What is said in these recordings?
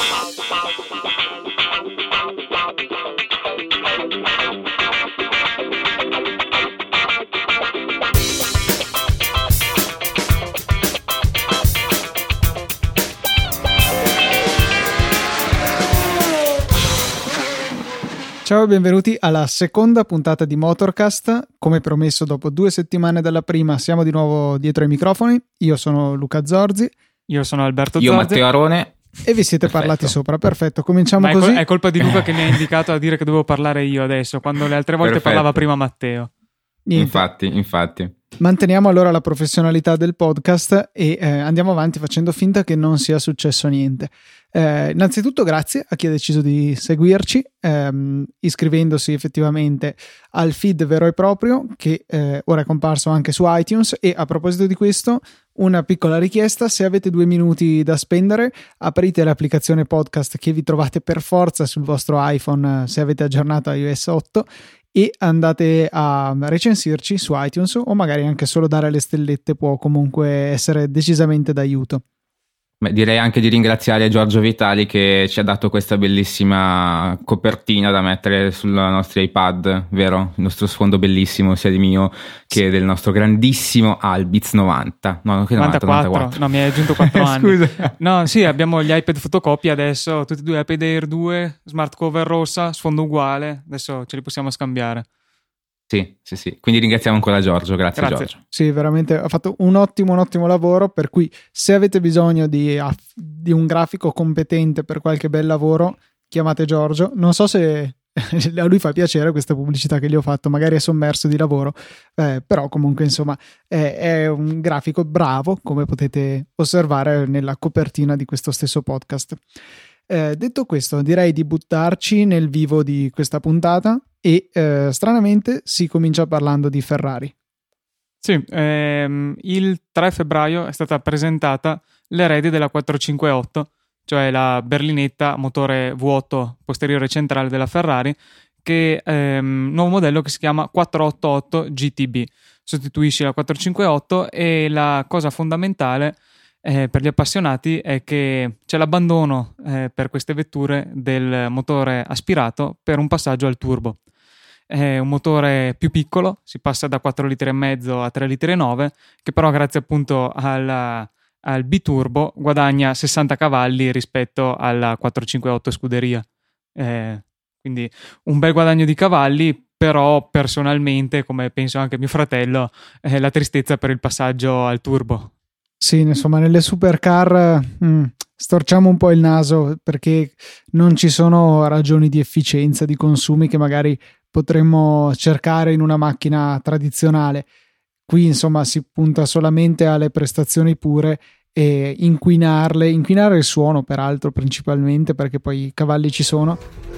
Ciao e benvenuti alla seconda puntata di Motorcast. Come promesso, dopo 2 settimane dalla prima siamo di nuovo dietro ai microfoni. Io sono Luca Zorzi. Io sono Alberto Io Zorzi. Matteo Arone. E vi siete parlati sopra. Perfetto, cominciamo Ma così. È colpa di Luca che mi ha indicato a dire che dovevo parlare io adesso, quando le altre volte parlava prima Matteo. Niente. Infatti. Manteniamo allora la professionalità del podcast e andiamo avanti facendo finta che non sia successo niente. Innanzitutto grazie a chi ha deciso di seguirci, iscrivendosi effettivamente al feed vero e proprio che ora è comparso anche su iTunes. E a proposito di questo, una piccola richiesta: se avete 2 minuti da spendere, aprite l'applicazione podcast che vi trovate per forza sul vostro iPhone se avete aggiornato iOS 8 e andate a recensirci su iTunes, o magari anche solo dare le stellette può comunque essere decisamente d'aiuto. Direi anche di ringraziare Giorgio Vitali che ci ha dato questa bellissima copertina da mettere sul nostro iPad, vero? Il nostro sfondo bellissimo, sia di mio che del nostro grandissimo Albiz 90. No, che 94. No, mi hai aggiunto 4 anni. Scusa. No, sì, abbiamo gli iPad fotocopia adesso, tutti e due iPad Air 2, smart cover rossa, sfondo uguale. Adesso ce li possiamo scambiare. Sì. Quindi ringraziamo ancora Giorgio, grazie. Giorgio. Sì, veramente ha fatto un ottimo lavoro, per cui se avete bisogno di un grafico competente per qualche bel lavoro, chiamate Giorgio. Non so se a lui fa piacere questa pubblicità che gli ho fatto, magari è sommerso di lavoro, però comunque insomma è un grafico bravo, come potete osservare nella copertina di questo stesso podcast. Detto questo, direi di buttarci nel vivo di questa puntata e stranamente si comincia parlando di Ferrari. Sì, il 3 febbraio è stata presentata l'erede della 458, cioè la berlinetta motore V8 posteriore centrale della Ferrari, che è un nuovo modello che si chiama 488 GTB. Sostituisce la 458 e la cosa fondamentale per gli appassionati è che c'è l'abbandono per queste vetture del motore aspirato per un passaggio al turbo. È un motore più piccolo, si passa da 4,5 litri a 3,9 litri, che però grazie appunto al biturbo guadagna 60 cavalli rispetto alla 458 scuderia. Quindi un bel guadagno di cavalli, però personalmente, come penso anche mio fratello, la tristezza per il passaggio al turbo. Sì, insomma, nelle supercar storciamo un po' il naso perché non ci sono ragioni di efficienza, di consumi che magari potremmo cercare in una macchina tradizionale. Qui insomma si punta solamente alle prestazioni pure e inquinare il suono, peraltro, principalmente, perché poi i cavalli ci sono.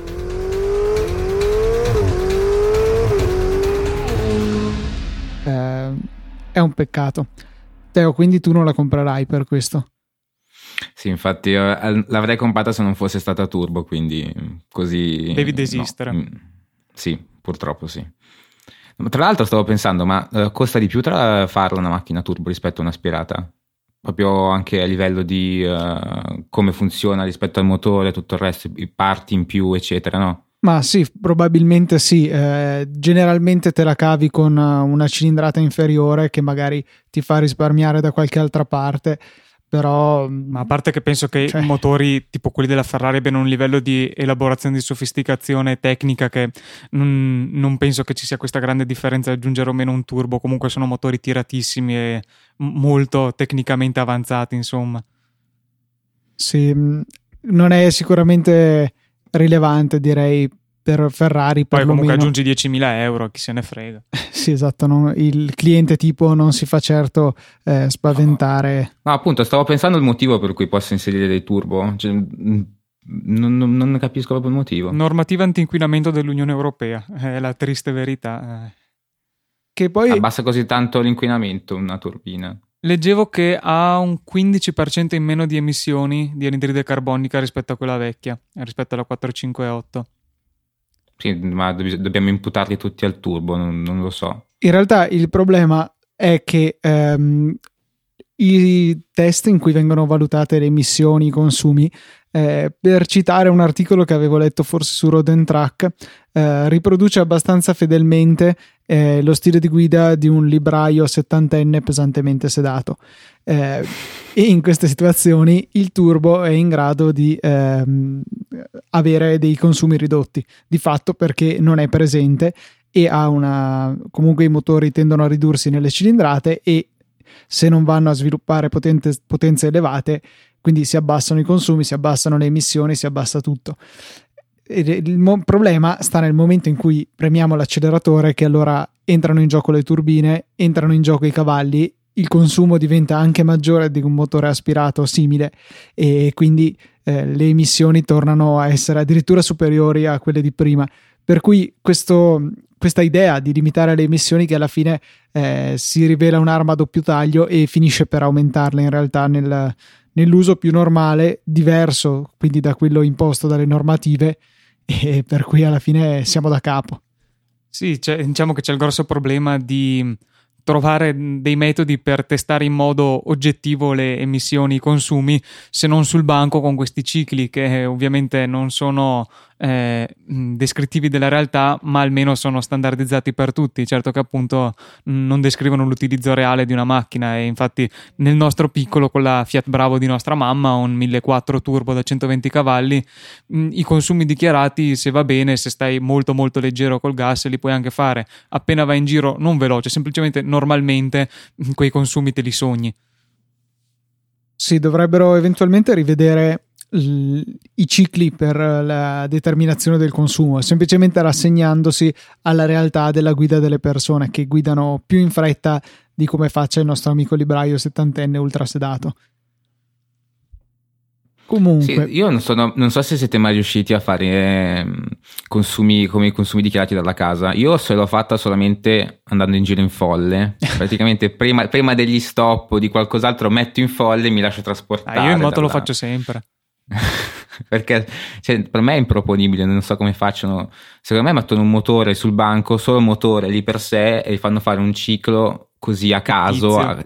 È un peccato. Teo, quindi tu non la comprerai per questo? Sì, infatti l'avrei comprata se non fosse stata turbo, quindi così... Devi desistere. No. Sì, purtroppo sì. Tra l'altro stavo pensando, ma costa di più farla una macchina turbo rispetto a un'aspirata? Proprio anche a livello di come funziona rispetto al motore, tutto il resto, i parti in più, eccetera, no? Ma sì, probabilmente sì. Generalmente te la cavi con una cilindrata inferiore che magari ti fa risparmiare da qualche altra parte, però... Ma a parte che penso che i motori tipo quelli della Ferrari abbiano un livello di elaborazione, di sofisticazione tecnica che non penso che ci sia questa grande differenza aggiungere o meno un turbo. Comunque sono motori tiratissimi e molto tecnicamente avanzati, insomma. Sì, non è sicuramente rilevante, direi, per Ferrari. Poi comunque aggiungi 10.000 euro, chi se ne frega. Sì, esatto, no? Il cliente tipo non si fa certo spaventare. No, appunto, stavo pensando al motivo per cui posso inserire dei turbo, cioè, non capisco proprio il motivo. Normativa anti-inquinamento dell'Unione Europea, è la triste verità. Che poi abbassa così tanto l'inquinamento una turbina. Leggevo che ha un 15% in meno di emissioni di anidride carbonica rispetto a quella vecchia, rispetto alla 458. Sì, ma dobbiamo imputarli tutti al turbo, non lo so. In realtà il problema è che i test in cui vengono valutate le emissioni, i consumi, per citare un articolo che avevo letto forse su Road and Track, riproduce abbastanza fedelmente lo stile di guida di un libraio settantenne pesantemente sedato, e in queste situazioni il turbo è in grado di avere dei consumi ridotti di fatto, perché non è presente e comunque i motori tendono a ridursi nelle cilindrate, e se non vanno a sviluppare potenze elevate, quindi si abbassano i consumi, si abbassano le emissioni, si abbassa tutto. Il problema sta nel momento in cui premiamo l'acceleratore, che allora entrano in gioco le turbine, entrano in gioco i cavalli, il consumo diventa anche maggiore di un motore aspirato simile, e quindi le emissioni tornano a essere addirittura superiori a quelle di prima. Per cui questa idea di limitare le emissioni, che alla fine si rivela un'arma a doppio taglio e finisce per aumentarle in realtà nell'uso più normale, diverso quindi da quello imposto dalle normative, e per cui alla fine siamo da capo. Sì, diciamo che c'è il grosso problema di trovare dei metodi per testare in modo oggettivo le emissioni, i consumi, se non sul banco con questi cicli che ovviamente non sono descrittivi della realtà, ma almeno sono standardizzati per tutti. Certo che appunto non descrivono l'utilizzo reale di una macchina, e infatti nel nostro piccolo, con la Fiat Bravo di nostra mamma, un 1.400 turbo da 120 cavalli, i consumi dichiarati, se va bene, se stai molto molto leggero col gas, li puoi anche fare. Appena vai in giro non veloce, semplicemente normalmente, quei consumi te li sogni. Sì, dovrebbero eventualmente rivedere i cicli per la determinazione del consumo, semplicemente rassegnandosi alla realtà della guida delle persone, che guidano più in fretta di come faccia il nostro amico libraio settantenne ultrasedato. Comunque, sì, io non so se siete mai riusciti a fare consumi come i consumi dichiarati dalla casa. Io se l'ho fatta solamente andando in giro in folle. Praticamente prima degli stop o di qualcos'altro metto in folle e mi lascio trasportare. Io in moto lo faccio sempre. Perché per me è improponibile, non so come facciano. Secondo me mettono un motore sul banco, solo motore lì per sé, e fanno fare un ciclo così a caso.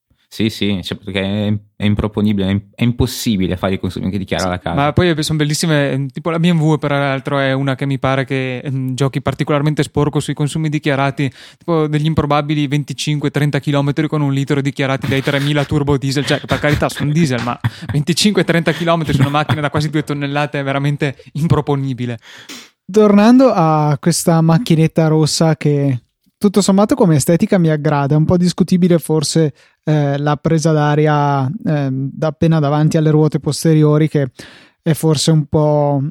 Sì, perché è improponibile, è impossibile fare i consumi che dichiara la casa. Ma poi sono bellissime, tipo la BMW peraltro è una che mi pare che giochi particolarmente sporco sui consumi dichiarati, tipo degli improbabili 25-30 km con 1 litro dichiarati dai 3000 turbo diesel, cioè per carità sono diesel, ma 25-30 km su una macchina da quasi 2 tonnellate è veramente improponibile. Tornando a questa macchinetta rossa, che tutto sommato come estetica mi aggrada, è un po' discutibile forse la presa d'aria appena davanti alle ruote posteriori, che è forse un po'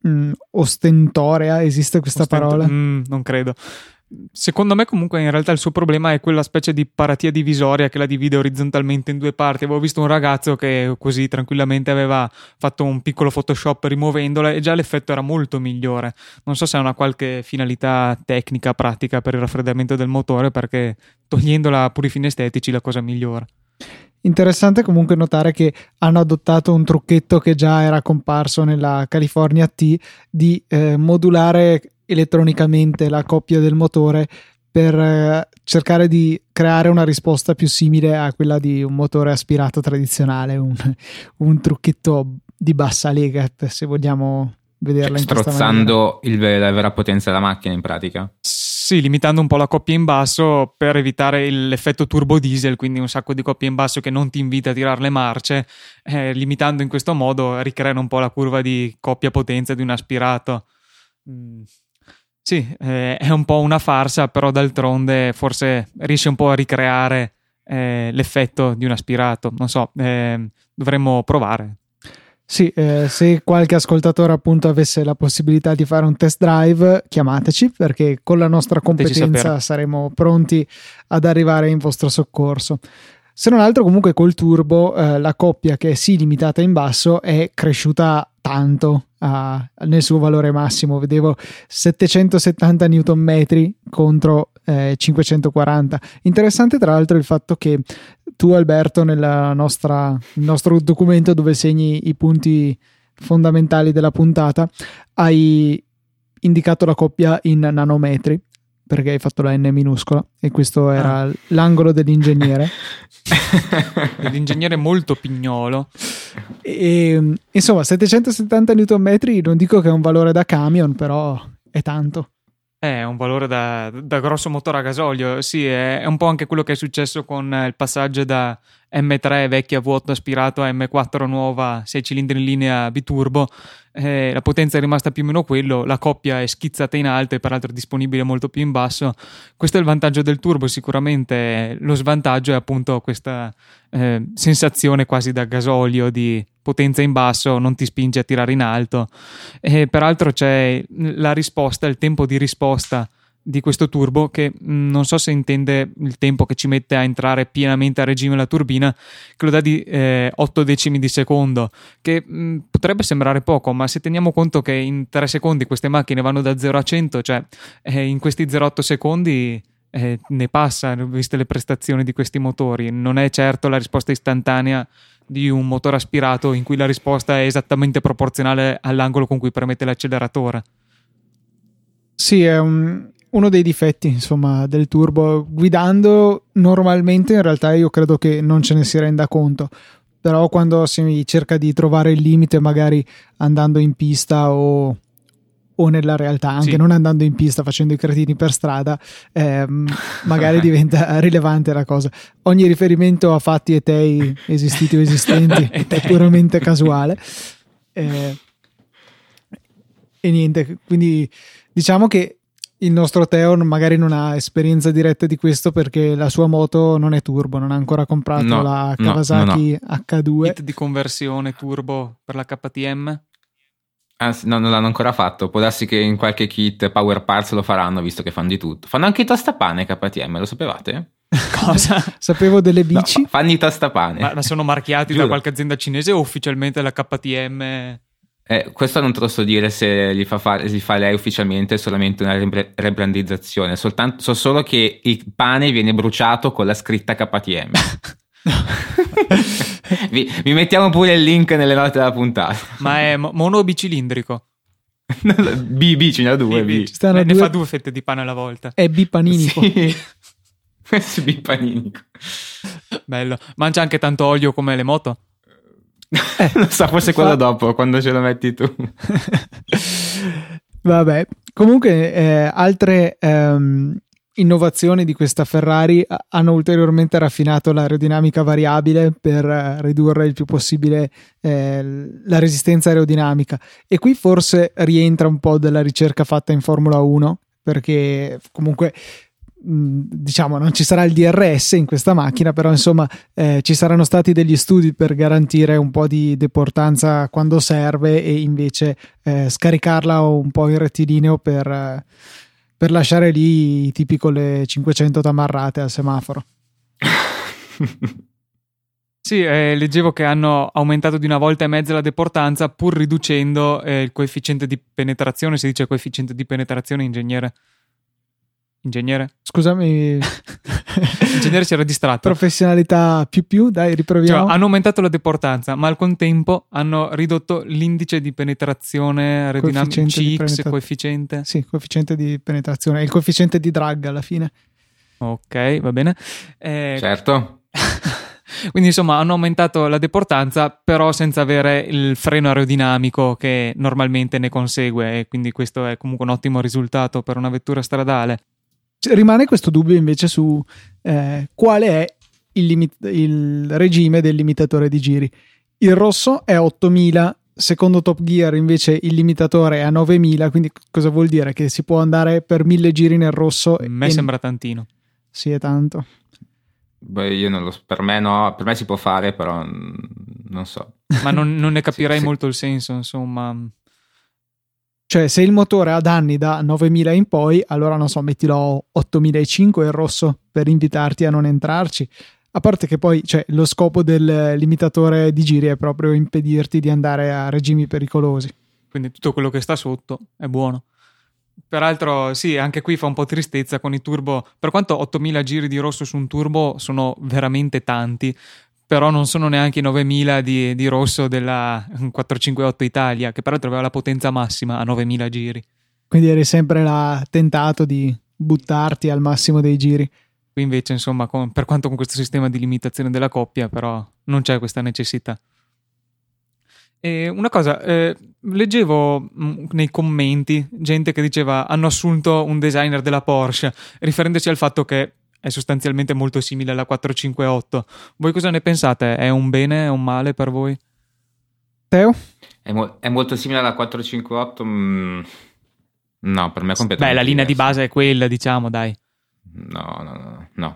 ostentorea, esiste questa parola? Non credo. Secondo me comunque in realtà il suo problema è quella specie di paratia divisoria che la divide orizzontalmente in 2 parti. Avevo visto un ragazzo che così tranquillamente aveva fatto un piccolo Photoshop rimuovendola, e già l'effetto era molto migliore. Non so se ha una qualche finalità tecnica, pratica per il raffreddamento del motore, perché togliendola pur i fini estetici la cosa migliora. Interessante comunque notare che hanno adottato un trucchetto che già era comparso nella California T, di modulare elettronicamente la coppia del motore per cercare di creare una risposta più simile a quella di un motore aspirato tradizionale, un trucchetto di bassa lega, se vogliamo vederla in questa maniera. Strozzando la vera potenza della macchina in pratica. Sì, limitando un po' la coppia in basso per evitare l'effetto turbo diesel, quindi un sacco di coppia in basso che non ti invita a tirare le marce, limitando in questo modo ricreano un po' la curva di coppia potenza di un aspirato. Sì, è un po' una farsa, però d'altronde forse riesce un po' a ricreare l'effetto di un aspirato. Non so, dovremmo provare. Sì, se qualche ascoltatore appunto avesse la possibilità di fare un test drive, chiamateci, perché con la nostra competenza saremo pronti ad arrivare in vostro soccorso. Se non altro, comunque col turbo la coppia, che è sì limitata in basso, è cresciuta tanto nel suo valore massimo. Vedevo 770 Nm contro 540. Interessante tra l'altro il fatto che tu, Alberto, nel nostro documento dove segni i punti fondamentali della puntata, hai indicato la coppia in nanometri. perché hai fatto la N minuscola e questo era l'angolo dell'ingegnere. L'ingegnere molto pignolo. E, insomma, 770 Nm non dico che è un valore da camion, però è tanto. È un valore da grosso motore a gasolio, sì, è un po' anche quello che è successo con il passaggio da M3 vecchia vuoto aspirato a M4 nuova 6 cilindri in linea biturbo. La potenza è rimasta più o meno quello, la coppia è schizzata in alto e peraltro è disponibile molto più in basso. Questo è il vantaggio del turbo, sicuramente lo svantaggio è appunto questa sensazione quasi da gasolio di potenza in basso, non ti spinge a tirare in alto. E peraltro c'è la risposta, il tempo di risposta di questo turbo, che non so se intende il tempo che ci mette a entrare pienamente a regime la turbina, che lo dà di 8 decimi di secondo, che potrebbe sembrare poco, ma se teniamo conto che in 3 secondi queste macchine vanno da 0 a 100, cioè in questi 0,8 secondi ne passa, viste le prestazioni di questi motori. Non è certo la risposta istantanea di un motore aspirato in cui la risposta è esattamente proporzionale all'angolo con cui premette l'acceleratore. Sì, è uno dei difetti, insomma, del turbo. Guidando normalmente in realtà io credo che non ce ne si renda conto, però quando si cerca di trovare il limite, magari andando in pista o nella realtà, anche non andando in pista, facendo i cretini per strada, magari diventa rilevante la cosa. Ogni riferimento a fatti etei esistiti o esistenti è puramente casuale. E niente, quindi diciamo che il nostro Teo magari non ha esperienza diretta di questo perché la sua moto non è turbo, non ha ancora comprato la Kawasaki H2. Kit di conversione turbo per la KTM? No, non l'hanno ancora fatto. Può darsi che in qualche kit Power Parts lo faranno, visto che fanno di tutto. Fanno anche i tostapane KTM, lo sapevate? Cosa? Sapevo delle bici. No, fanno i tostapane. Ma sono marchiati da qualche azienda cinese o ufficialmente la KTM? Questo non te lo so dire se li fa lei ufficialmente, è solamente una rebrandizzazione. So solo che il pane viene bruciato con la scritta KTM. vi mettiamo pure il link nelle note della puntata. Ma è mono o bicilindrico? Ce ne ha due. Ne fa 2 fette di pane alla volta. È bipaninico. Sì. Bipaninico. Bello. Mangia anche tanto olio come le moto? Lo so, forse quello dopo, quando ce lo metti tu. Vabbè, comunque altre innovazioni di questa Ferrari hanno ulteriormente raffinato l'aerodinamica variabile per ridurre il più possibile la resistenza aerodinamica, e qui forse rientra un po' della ricerca fatta in Formula 1, perché comunque diciamo non ci sarà il DRS in questa macchina, però insomma ci saranno stati degli studi per garantire un po' di deportanza quando serve e invece scaricarla un po' in rettilineo per lasciare lì i tipi con le 500 tamarrate al semaforo. Sì, leggevo che hanno aumentato di 1,5 volte la deportanza pur riducendo il coefficiente di penetrazione. Si dice coefficiente di penetrazione, ingegnere? Scusami. L'ingegnere si era distratto. Professionalità più, dai, riproviamo. Cioè, hanno aumentato la deportanza, ma al contempo hanno ridotto l'indice di penetrazione aerodinamica, CX, coefficiente. Sì, coefficiente di penetrazione, il coefficiente di drag alla fine. Ok, va bene. Certo. Quindi insomma hanno aumentato la deportanza, però senza avere il freno aerodinamico che normalmente ne consegue, e quindi questo è comunque un ottimo risultato per una vettura stradale. Rimane questo dubbio invece su quale è il regime del limitatore di giri. Il rosso è 8000, secondo Top Gear invece il limitatore è a 9000, quindi cosa vuol dire? Che si può andare per 1000 giri nel rosso? A me sembra tantino. Sì, è tanto. Beh, io non lo so, per me no, per me si può fare, però non so. Ma non ne capirei molto il senso, insomma. Cioè, se il motore ha danni da 9000 in poi, allora non so, mettilo a 8500 il rosso per invitarti a non entrarci. A parte che poi, cioè, lo scopo del limitatore di giri è proprio impedirti di andare a regimi pericolosi. Quindi tutto quello che sta sotto è buono. Peraltro, sì, anche qui fa un po' tristezza con i turbo. Per quanto 8000 giri di rosso su un turbo sono veramente tanti, però non sono neanche i 9000 di rosso della 458 Italia, che peraltro aveva la potenza massima a 9000 giri. Quindi eri sempre tentato di buttarti al massimo dei giri. Qui invece, insomma, per quanto con questo sistema di limitazione della coppia, però non c'è questa necessità. E una cosa, leggevo nei commenti gente che diceva hanno assunto un designer della Porsche, riferendosi al fatto che è sostanzialmente molto simile alla 458. Voi cosa ne pensate? È un bene, è un male per voi? Teo? È molto simile alla 458? No, per me è completamente Beh, la linea diverso. di base è quella, diciamo, dai. No.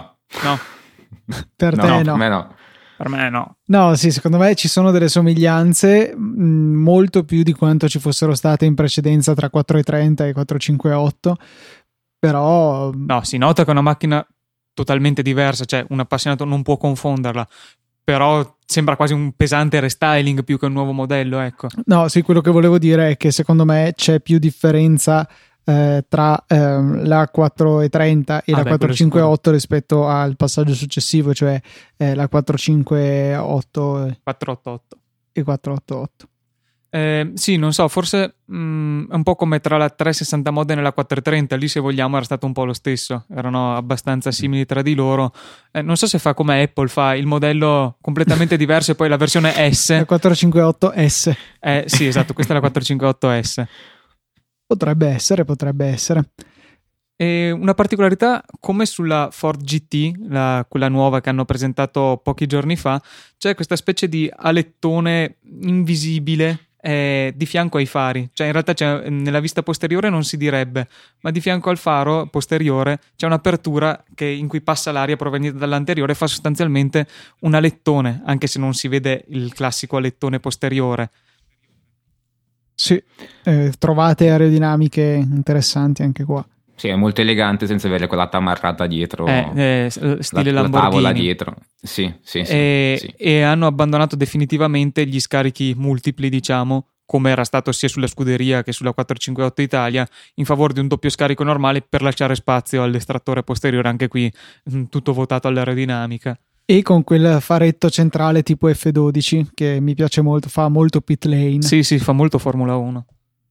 Per te no. Per me no. Per me no. No, sì, secondo me ci sono delle somiglianze, molto più di quanto ci fossero state in precedenza tra 430 e 458, però... No, si nota che è una macchina totalmente diversa, cioè un appassionato non può confonderla, però sembra quasi un pesante restyling più che un nuovo modello, ecco. No, sì, quello che volevo dire è che secondo me c'è più differenza tra la 430 e la 458 rispetto al passaggio successivo, cioè la 458 488 e 488. Sì, non so, forse è un po' come tra la 360 Modena e la 430, lì se vogliamo era stato un po' lo stesso, erano abbastanza simili tra di loro. Non so se fa come Apple, fa il modello completamente diverso e poi la versione S. La 458S. Sì, esatto, questa è la 458S. Potrebbe essere. E una particolarità, come sulla Ford GT, quella nuova che hanno presentato pochi giorni fa, c'è questa specie di alettone invisibile di fianco ai fari, cioè in realtà nella vista posteriore non si direbbe, ma di fianco al faro posteriore c'è un'apertura in cui passa l'aria proveniente dall'anteriore e fa sostanzialmente un alettone, anche se non si vede il classico alettone posteriore. Sì, trovate aerodinamiche interessanti anche qua. Sì, è molto elegante senza avere quella tamarrata dietro, stile la Lamborghini. tavola dietro. Sì. E hanno abbandonato definitivamente gli scarichi multipli, diciamo, come era stato sia sulla Scuderia che sulla 458 Italia, in favore di un doppio scarico normale per lasciare spazio all'estrattore posteriore, anche qui tutto votato all'aerodinamica. E con quel faretto centrale tipo F12 che mi piace molto, fa molto pit lane. Sì, fa molto Formula 1.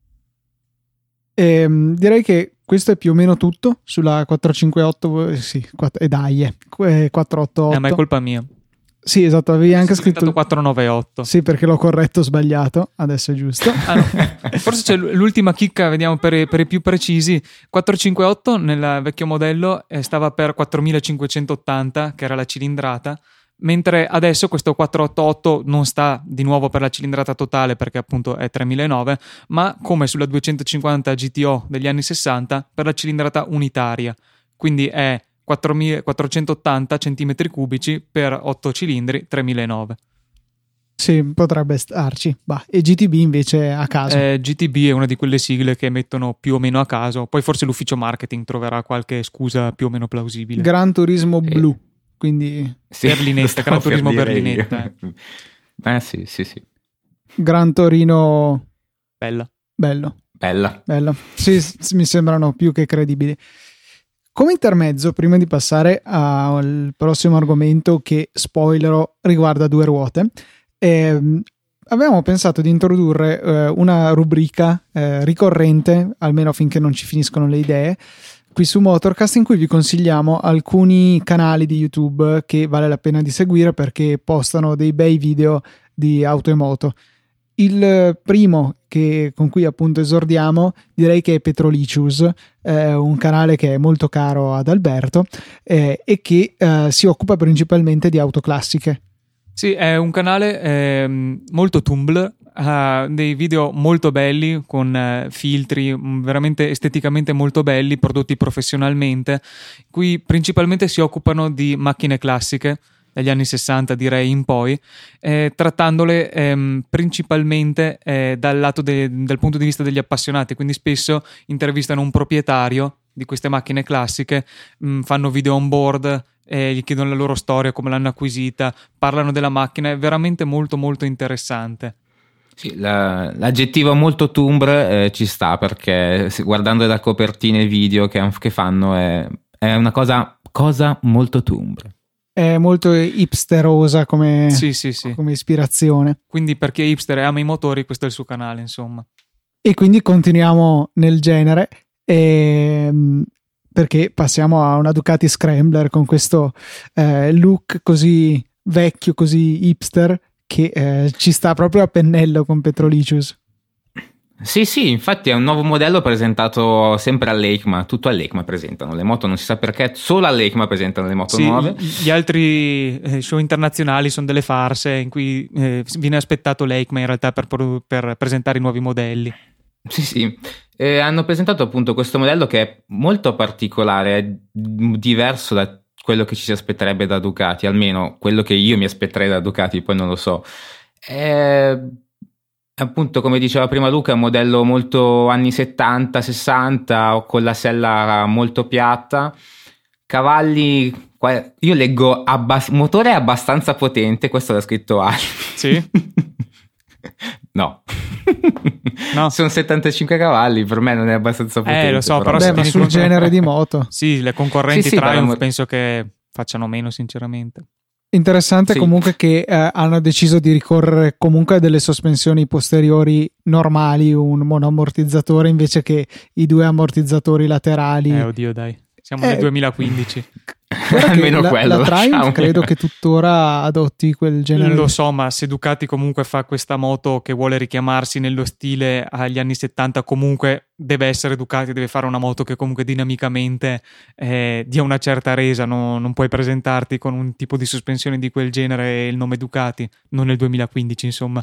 Direi che questo è più o meno tutto sulla 458, sì, 488. Ma è colpa mia. Sì, esatto, avevi anche scritto 498. Sì, perché l'ho corretto sbagliato, adesso è giusto. No. Forse c'è l'ultima chicca, vediamo per i più precisi. 458 nel vecchio modello stava per 4580, che era la cilindrata, mentre adesso questo 488 non sta di nuovo per la cilindrata totale perché appunto è 3009, ma come sulla 250 GTO degli anni 60 per la cilindrata unitaria, quindi è 4480 centimetri cubici per 8 cilindri, 3009. Sì, potrebbe starci. E GTB invece a caso. GTB è una di quelle sigle che mettono più o meno a caso, poi forse l'ufficio marketing troverà qualche scusa più o meno plausibile. Gran Turismo Blu, quindi Berlinetta, Gran Turismo Berlinetta. Sì. Gran Torino Bella. Sì, mi sembrano più che credibili. Come intermezzo, prima di passare al prossimo argomento che, spoilerò, riguarda due ruote, avevamo pensato di introdurre una rubrica ricorrente, almeno finché non ci finiscono le idee, qui su Motorcast, in cui vi consigliamo alcuni canali di YouTube che vale la pena di seguire perché postano dei bei video di auto e moto. Il primo con cui appunto esordiamo direi che è Petrolicious, un canale che è molto caro ad Alberto e che si occupa principalmente di auto classiche. Sì, è un canale molto Tumblr, ha dei video molto belli con filtri veramente esteticamente molto belli, prodotti professionalmente, qui principalmente si occupano di macchine classiche dagli anni 60 direi in poi, trattandole principalmente dal lato dal punto di vista degli appassionati, quindi spesso intervistano un proprietario di queste macchine classiche, fanno video on board, gli chiedono la loro storia, come l'hanno acquisita, parlano della macchina, è veramente molto molto interessante. Sì, l'aggettivo molto Tumblr ci sta, perché guardando la copertina e i video che fanno è una cosa molto Tumblr. È molto hipsterosa come ispirazione. Quindi per chi è hipster e ama i motori, questo è il suo canale, insomma. E quindi continuiamo nel genere. perché passiamo a una Ducati Scrambler con questo look così vecchio, così hipster, che ci sta proprio a pennello con Petrolicious. Sì, infatti è un nuovo modello presentato sempre all'EICMA, tutto all'EICMA presentano le moto, non si sa perché, solo all'EICMA presentano le moto nuove. Gli altri show internazionali sono delle farse in cui viene aspettato l'EICMA in realtà per presentare i nuovi modelli. Sì, hanno presentato appunto questo modello che è molto particolare, è diverso da quello che ci si aspetterebbe da Ducati, almeno quello che io mi aspetterei da Ducati, poi non lo so. Appunto, come diceva prima Luca, è un modello molto anni 70-60 con la sella molto piatta, cavalli, io leggo motore abbastanza potente, questo l'ha scritto Ali. Sì? No. Sono 75 cavalli, per me non è abbastanza potente. Lo so, però ma sul genere di moto. Sì, le concorrenti Triumph penso che facciano meno, sinceramente. Interessante comunque che hanno deciso di ricorrere comunque a delle sospensioni posteriori normali, un monoammortizzatore invece che i due ammortizzatori laterali. Oddio, dai, siamo nel 2015. Almeno quello. La Triumph credo che tuttora adotti quel genere. Lo so, ma se Ducati comunque fa questa moto che vuole richiamarsi nello stile agli anni 70, comunque deve essere Ducati, deve fare una moto che comunque dinamicamente dia una certa resa. Non puoi presentarti con un tipo di sospensione di quel genere e il nome Ducati, non nel 2015, insomma.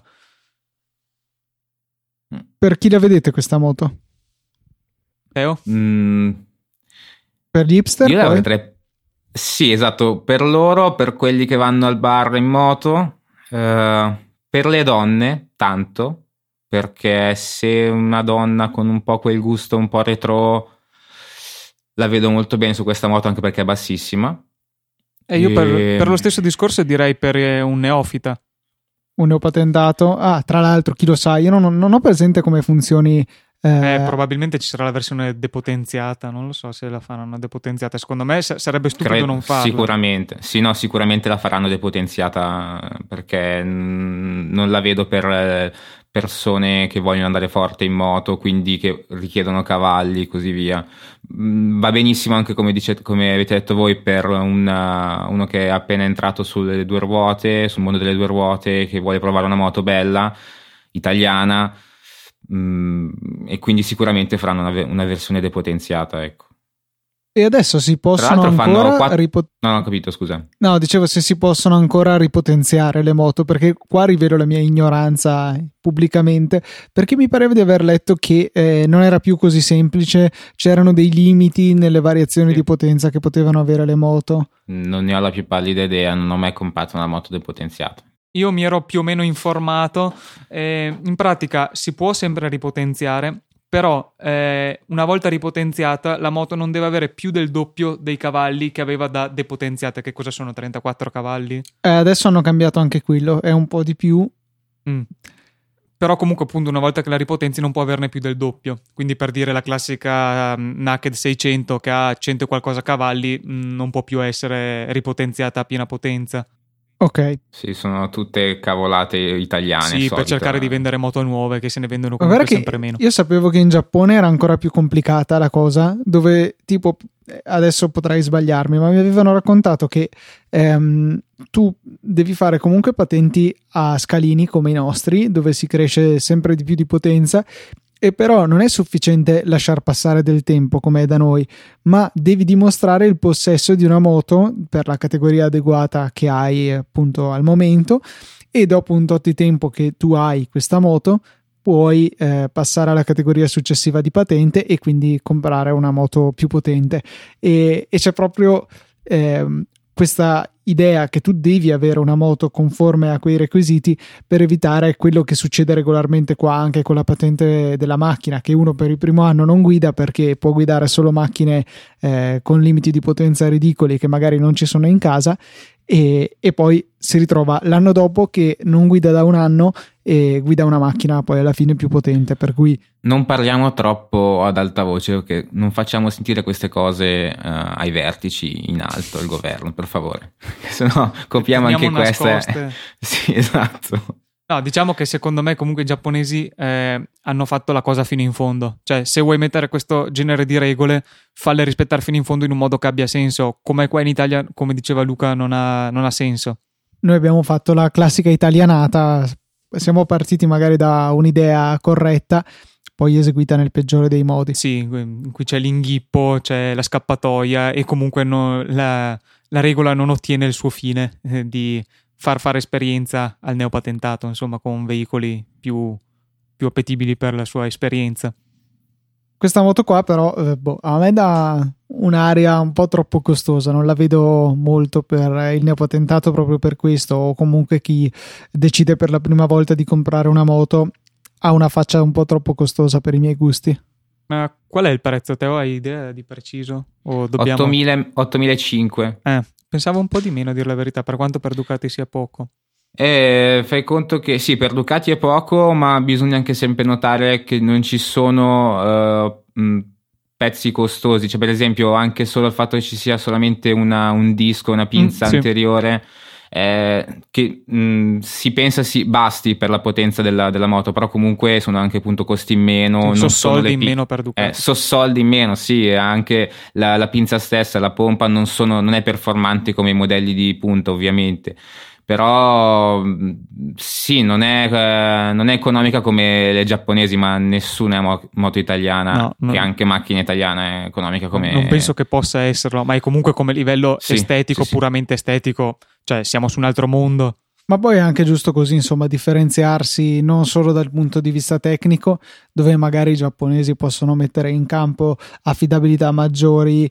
Per chi la vedete questa moto? Teo? Per gli hipster? Io la vedrei. Sì, esatto, per loro, per quelli che vanno al bar in moto, per le donne tanto, perché se una donna con un po' quel gusto un po' retro, la vedo molto bene su questa moto, anche perché è bassissima. Io per lo stesso discorso direi per un neofita. Un neopatentato? Tra l'altro, chi lo sa, io non ho presente come funzioni. Probabilmente ci sarà la versione depotenziata, non lo so se la faranno depotenziata, secondo me sarebbe stupido non farla. Sicuramente, sì, no, sicuramente la faranno depotenziata, perché non la vedo per persone che vogliono andare forte in moto, quindi che richiedono cavalli e così via. Va benissimo anche, come avete detto voi, per uno che è appena entrato sulle due ruote, sul mondo delle due ruote, che vuole provare una moto bella, italiana. E quindi sicuramente faranno una versione depotenziata, ecco. E adesso si possono ancora non ho capito, scusa. No, dicevo se si possono ancora ripotenziare le moto, perché qua rivelo la mia ignoranza pubblicamente, perché mi pareva di aver letto che non era più così semplice, c'erano dei limiti nelle variazioni di potenza che potevano avere le moto. Non ne ho la più pallida idea, non ho mai comprato una moto depotenziata. Io mi ero più o meno informato, in pratica si può sempre ripotenziare, però una volta ripotenziata la moto non deve avere più del doppio dei cavalli che aveva da depotenziata. Che cosa sono, 34 cavalli? Adesso hanno cambiato anche quello, è un po' di più. Però comunque appunto una volta che la ripotenzi non può averne più del doppio, quindi per dire la classica Naked 600 che ha 100 e qualcosa cavalli non può più essere ripotenziata a piena potenza. Ok. Sì, sono tutte cavolate italiane. Sì, solita. Per cercare di vendere moto nuove che se ne vendono comunque sempre meno. Io sapevo che in Giappone era ancora più complicata la cosa, dove tipo, adesso potrai sbagliarmi, ma mi avevano raccontato che tu devi fare comunque patenti a scalini come i nostri, dove si cresce sempre di più di potenza, e però non è sufficiente lasciar passare del tempo come è da noi, ma devi dimostrare il possesso di una moto per la categoria adeguata che hai appunto al momento, e dopo un tot di tempo che tu hai questa moto puoi passare alla categoria successiva di patente e quindi comprare una moto più potente, e c'è proprio questa idea che tu devi avere una moto conforme a quei requisiti per evitare quello che succede regolarmente qua anche con la patente della macchina, che uno per il primo anno non guida perché può guidare solo macchine con limiti di potenza ridicoli che magari non ci sono in casa, e poi si ritrova l'anno dopo che non guida da un anno e guida una macchina poi alla fine più potente, per cui non parliamo troppo ad alta voce, perché non facciamo sentire queste cose ai vertici in alto, il governo, per favore, se no copiamo anche queste. Sì, esatto. No, diciamo che secondo me comunque i giapponesi hanno fatto la cosa fino in fondo. Cioè, se vuoi mettere questo genere di regole, falle rispettare fino in fondo in un modo che abbia senso. Come qua in Italia, come diceva Luca, non ha senso. Noi abbiamo fatto la classica italianata, siamo partiti magari da un'idea corretta, poi eseguita nel peggiore dei modi. Sì, in cui c'è l'inghippo, c'è la scappatoia e comunque la regola non ottiene il suo fine di far fare esperienza al neopatentato, insomma, con veicoli più appetibili per la sua esperienza. Questa moto qua però a me dà un'aria un po' troppo costosa, non la vedo molto per il neopatentato proprio per questo, o comunque chi decide per la prima volta di comprare una moto ha una faccia un po' troppo costosa per i miei gusti. Ma qual è il prezzo? Teo, hai idea di preciso? O dobbiamo... 8.500. Pensavo un po' di meno, a dire la verità, per quanto per Ducati sia poco. Fai conto che sì, per Ducati è poco, ma bisogna anche sempre notare che non ci sono pezzi costosi. Cioè, per esempio, anche solo il fatto che ci sia solamente un disco, una pinza anteriore, che si pensa basti per la potenza della moto, però comunque sono anche appunto costi in meno. So soldi in meno per Ducati. So soldi in meno, sì, anche la pinza stessa, la pompa non è performante come i modelli di punta, ovviamente. Però sì, non è economica come le giapponesi, ma nessuna moto italiana, che anche macchina italiana è economica come... Non penso che possa esserlo, ma è comunque come livello estetico, puramente estetico, cioè siamo su un altro mondo. Ma poi è anche giusto così, insomma, differenziarsi non solo dal punto di vista tecnico, dove magari i giapponesi possono mettere in campo affidabilità maggiori,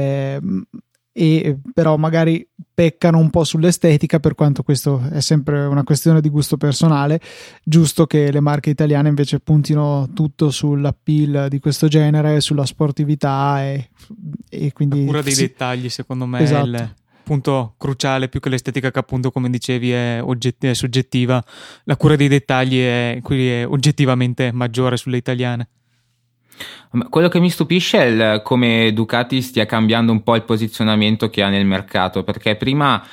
e però magari peccano un po' sull'estetica, per quanto questo è sempre una questione di gusto personale. Giusto che le marche italiane invece puntino tutto sull'appeal di questo genere, sulla sportività e quindi la cura dei dettagli, secondo me, esatto, è il punto cruciale, più che l'estetica, che appunto, come dicevi, è soggettiva. La cura dei dettagli è oggettivamente maggiore sulle italiane. Quello che mi stupisce è come Ducati stia cambiando un po' il posizionamento che ha nel mercato, perché prima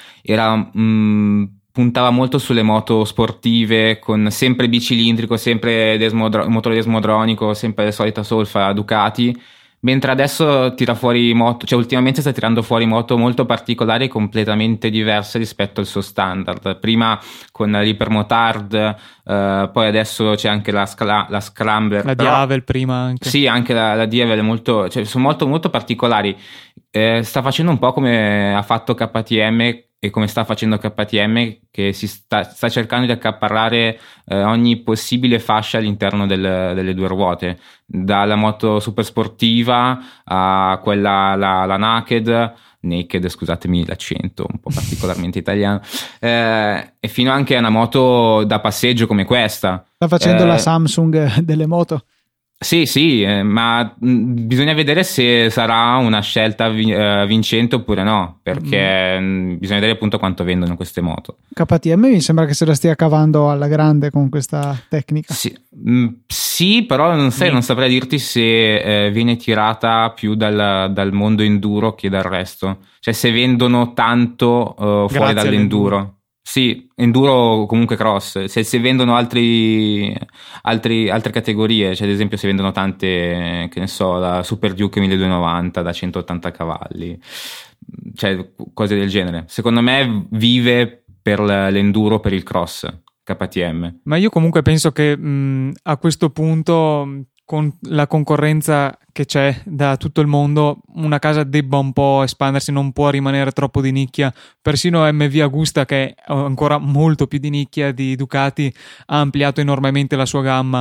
puntava molto sulle moto sportive, con sempre bicilindrico, sempre motore desmodronico, sempre la solita solfa Ducati, mentre adesso tira fuori moto, cioè ultimamente sta tirando fuori moto molto particolari e completamente diverse rispetto al suo standard. Prima con l'Hypermotard, poi adesso c'è anche la Scrambler, la Diavel prima anche. Sì, anche la Diavel è molto, cioè sono molto molto particolari. Sta facendo un po' come ha fatto KTM e come sta facendo KTM, che si sta cercando di accaparrare ogni possibile fascia all'interno delle due ruote, dalla moto super sportiva a quella la naked, scusatemi l'accento un po' particolarmente italiano, e fino anche a una moto da passeggio come questa. Sta facendo la Samsung delle moto. Sì, ma bisogna vedere se sarà una scelta vincente oppure no, perché bisogna vedere appunto quanto vendono queste moto. KTM mi sembra che se la stia cavando alla grande con questa tecnica. Sì, però non saprei dirti se viene tirata più dal mondo enduro che dal resto. Cioè se vendono tanto fuori dall'enduro. Sì, enduro comunque cross, se vendono altre categorie, cioè ad esempio se vendono tante, che ne so, la Super Duke 1290 da 180 cavalli, cioè cose del genere. Secondo me vive per l'enduro, per il cross, KTM. Ma io comunque penso che a questo punto, con la concorrenza che c'è da tutto il mondo, una casa debba un po' espandersi, non può rimanere troppo di nicchia. Persino MV Agusta, che è ancora molto più di nicchia di Ducati, ha ampliato enormemente la sua gamma.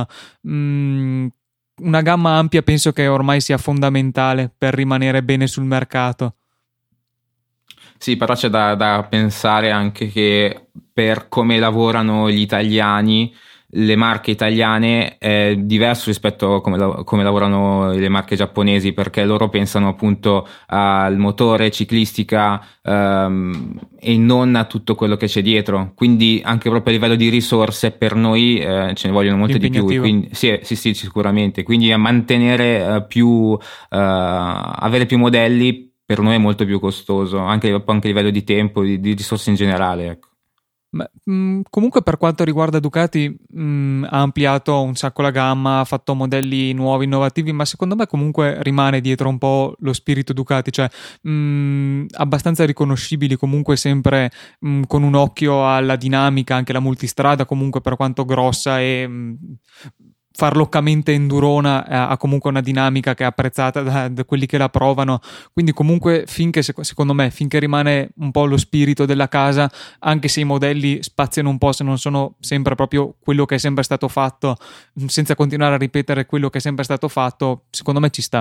Una gamma ampia penso che ormai sia fondamentale per rimanere bene sul mercato. Sì, però c'è da pensare anche che per come lavorano gli italiani, le marche italiane è diverso rispetto a come lavorano le marche giapponesi, perché loro pensano appunto al motore, ciclistica, e non a tutto quello che c'è dietro. Quindi anche proprio a livello di risorse per noi ce ne vogliono molte di più. Quindi, sì, sicuramente. Quindi a mantenere avere più modelli per noi è molto più costoso, anche a livello di tempo, di risorse in generale, ecco. Comunque per quanto riguarda Ducati ha ampliato un sacco la gamma, ha fatto modelli nuovi, innovativi, ma secondo me comunque rimane dietro un po' lo spirito Ducati, cioè abbastanza riconoscibili comunque sempre con un occhio alla dinamica, anche la multistrada comunque per quanto grossa e farloccamente endurona ha comunque una dinamica che è apprezzata da quelli che la provano, quindi comunque finché secondo me finché rimane un po' lo spirito della casa, anche se i modelli spaziano un po', se non sono sempre proprio quello che è sempre stato fatto, senza continuare a ripetere quello che è sempre stato fatto, secondo me ci sta.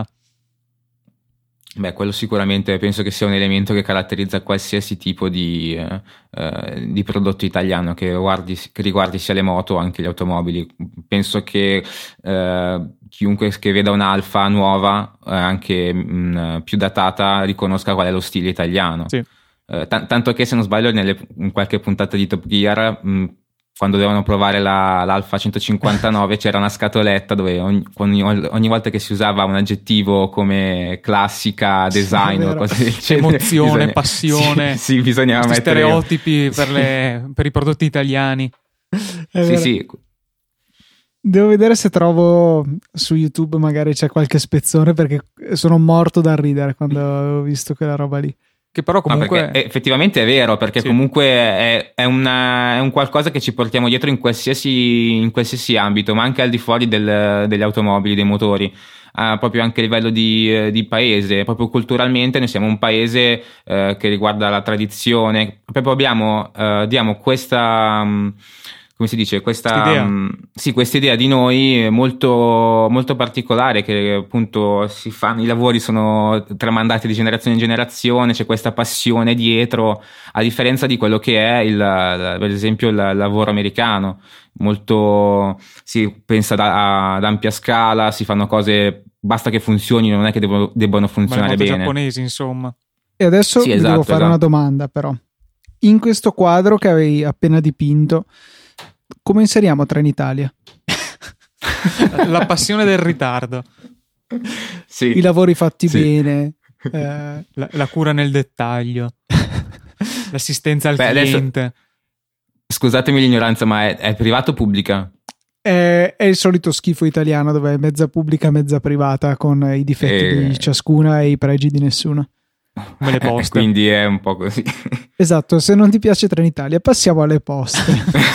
Beh, quello sicuramente penso che sia un elemento che caratterizza qualsiasi tipo di prodotto italiano che riguardi sia le moto o anche gli automobili. Penso che chiunque che veda un'Alfa nuova, anche più datata, riconosca qual è lo stile italiano. Sì. Tanto che, se non sbaglio, in qualche puntata di Top Gear, quando dovevano provare l'Alfa 159 c'era una scatoletta dove ogni volta che si usava un aggettivo come classica, design o cose del genere, emozione, passione, sì, bisognava mettere stereotipi per i prodotti italiani. Sì. Devo vedere se trovo su YouTube, magari c'è qualche spezzone, perché sono morto da ridere quando ho visto quella roba lì. Che però comunque effettivamente è vero, perché sì, comunque è un qualcosa che ci portiamo dietro in qualsiasi ambito, ma anche al di fuori delle automobili, dei motori, proprio anche a livello di paese, proprio culturalmente noi siamo un paese che riguarda la tradizione, proprio diamo questa come si dice, questa idea di noi molto, molto particolare, che appunto i lavori sono tramandati di generazione in generazione, c'è questa passione dietro, a differenza di quello che è per esempio il lavoro americano. Molto si pensa ad ampia scala, si fanno cose, basta che funzionino, non è che debbono funzionare bene. I giapponesi, insomma. E adesso vi devo fare una domanda, però. In questo quadro che avevi appena dipinto, come inseriamo Trenitalia? La passione del ritardo. Sì. I lavori fatti bene. La cura nel dettaglio. L'assistenza al cliente. Adesso, scusatemi l'ignoranza, ma è privato o pubblica? È il solito schifo italiano dove è mezza pubblica, mezza privata, con i difetti di ciascuna e i pregi di nessuna. Come le poste. Quindi è un po' così. Esatto, se non ti piace Trenitalia passiamo alle poste.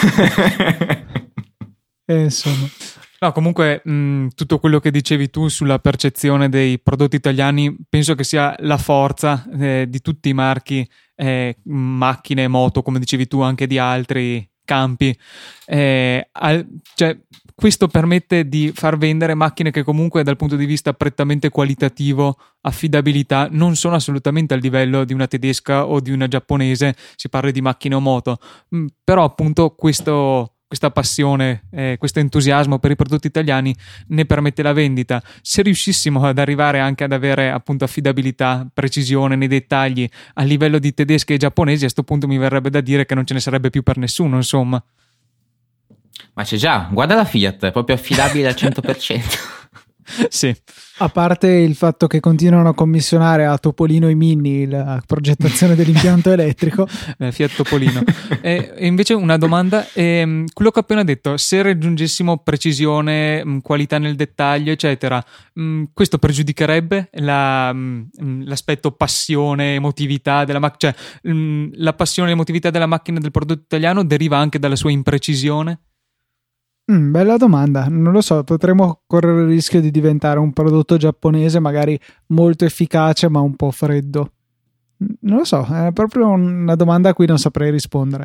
Insomma. No, comunque tutto quello che dicevi tu sulla percezione dei prodotti italiani penso che sia la forza di tutti i marchi, macchine, moto, come dicevi tu, anche di altri campi. Cioè, questo permette di far vendere macchine che comunque dal punto di vista prettamente qualitativo, affidabilità, non sono assolutamente al livello di una tedesca o di una giapponese, si parla di macchine o moto, però appunto questa passione, questo entusiasmo per i prodotti italiani ne permette la vendita. Se riuscissimo ad arrivare anche ad avere appunto affidabilità, precisione nei dettagli a livello di tedesche e giapponesi, a questo punto mi verrebbe da dire che non ce ne sarebbe più per nessuno, insomma. Ma c'è già, guarda la Fiat, è proprio affidabile al 100%. Sì. A parte il fatto che continuano a commissionare a Topolino e Mini la progettazione dell'impianto elettrico. Fiat Topolino. E invece una domanda, quello che ho appena detto, se raggiungessimo precisione, qualità nel dettaglio, eccetera, questo pregiudicherebbe l'aspetto passione, emotività della macchina? Cioè, la passione e emotività della macchina del prodotto italiano deriva anche dalla sua imprecisione? Bella domanda, non lo so, potremmo correre il rischio di diventare un prodotto giapponese magari molto efficace ma un po' freddo. Non lo so, è proprio una domanda a cui non saprei rispondere.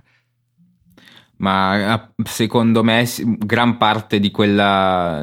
Ma secondo me gran parte di quella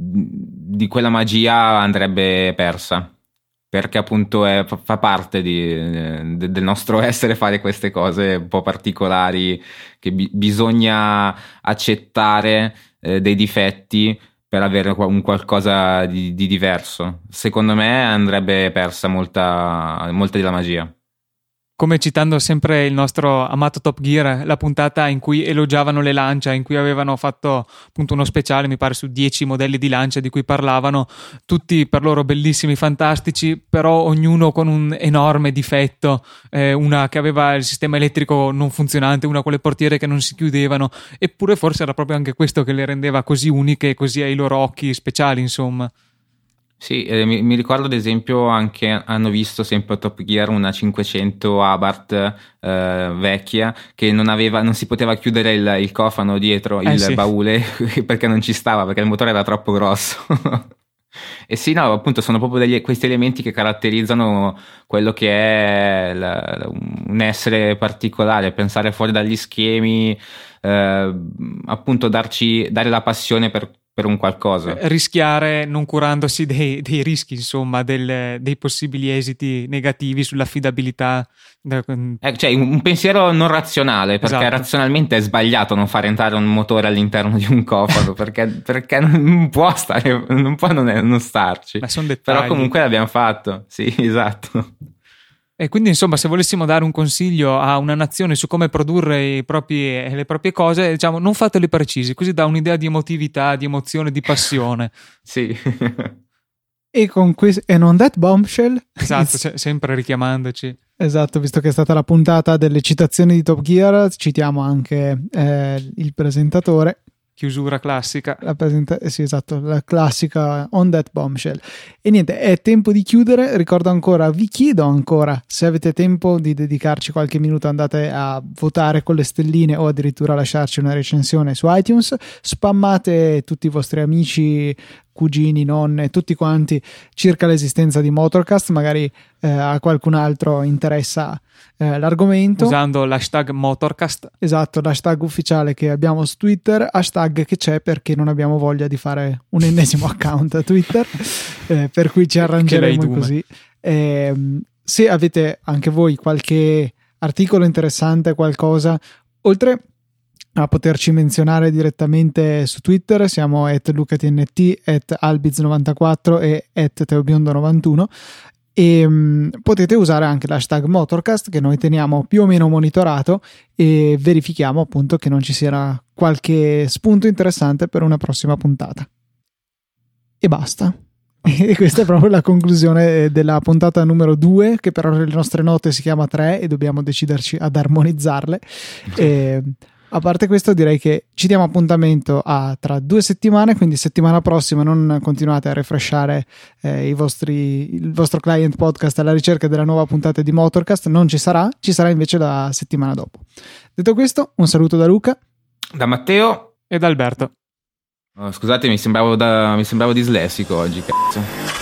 magia andrebbe persa, perché appunto fa parte del nostro essere fare queste cose un po' particolari che bisogna accettare dei difetti per avere un qualcosa di diverso. Secondo me andrebbe persa molta della magia. come citando sempre il nostro amato Top Gear, la puntata in cui elogiavano le Lancia, in cui avevano fatto appunto uno speciale, mi pare, su 10 modelli di Lancia di cui parlavano, tutti per loro bellissimi, fantastici, però ognuno con un enorme difetto, una che aveva il sistema elettrico non funzionante, una con le portiere che non si chiudevano, eppure forse era proprio anche questo che le rendeva così uniche e così ai loro occhi speciali, insomma. Sì, mi ricordo ad esempio anche hanno visto sempre a Top Gear una 500 Abarth vecchia che non si poteva chiudere il cofano dietro il baule perché non ci stava, perché il motore era troppo grosso. E sì, no, appunto sono proprio questi elementi che caratterizzano quello che è un essere particolare, pensare fuori dagli schemi, appunto dare la passione per un qualcosa. Rischiare non curandosi dei rischi, insomma, dei possibili esiti negativi sull'affidabilità. Cioè un pensiero non razionale, perché esatto. Razionalmente è sbagliato non far entrare un motore all'interno di un cofano, perché non può non starci. Ma sono dettagli. Però comunque l'abbiamo fatto, sì, esatto. E quindi, insomma, se volessimo dare un consiglio a una nazione su come produrre le proprie cose, diciamo, non fateli precisi, così dà un'idea di emotività, di emozione, di passione. Sì. E con questo, and on that bombshell, esatto, sempre richiamandoci. Esatto, visto che è stata la puntata delle citazioni di Top Gear, citiamo anche il presentatore. Chiusura classica. Sì, esatto, la classica on that bombshell. E niente, è tempo di chiudere. Vi chiedo ancora, se avete tempo di dedicarci qualche minuto, andate a votare con le stelline o addirittura lasciarci una recensione su iTunes. Spammate tutti i vostri amici, cugini, nonne, tutti quanti circa l'esistenza di Motorcast, magari a qualcun altro interessa l'argomento. Usando l'hashtag Motorcast. Esatto, l'hashtag ufficiale che abbiamo su Twitter, hashtag che c'è perché non abbiamo voglia di fare un ennesimo account a Twitter, per cui ci arrangeremo così. Se avete anche voi qualche articolo interessante, qualcosa, oltre a poterci menzionare direttamente su Twitter, siamo @lucatnt, @albiz94 e @teobiondo91, e potete usare anche l'hashtag Motorcast, che noi teniamo più o meno monitorato, e verifichiamo appunto che non ci sia qualche spunto interessante per una prossima puntata. E basta. E questa è proprio la conclusione della puntata numero 2, che però nelle nostre note si chiama 3 e dobbiamo deciderci ad armonizzarle. A parte questo, direi che ci diamo appuntamento tra 2 settimane, quindi settimana prossima non continuate a refreshare il vostro client podcast alla ricerca della nuova puntata di Motorcast, non ci sarà invece la settimana dopo. Detto questo, un saluto da Luca, da Matteo e da Alberto. Scusate, mi sembravo dislessico oggi, cazzo.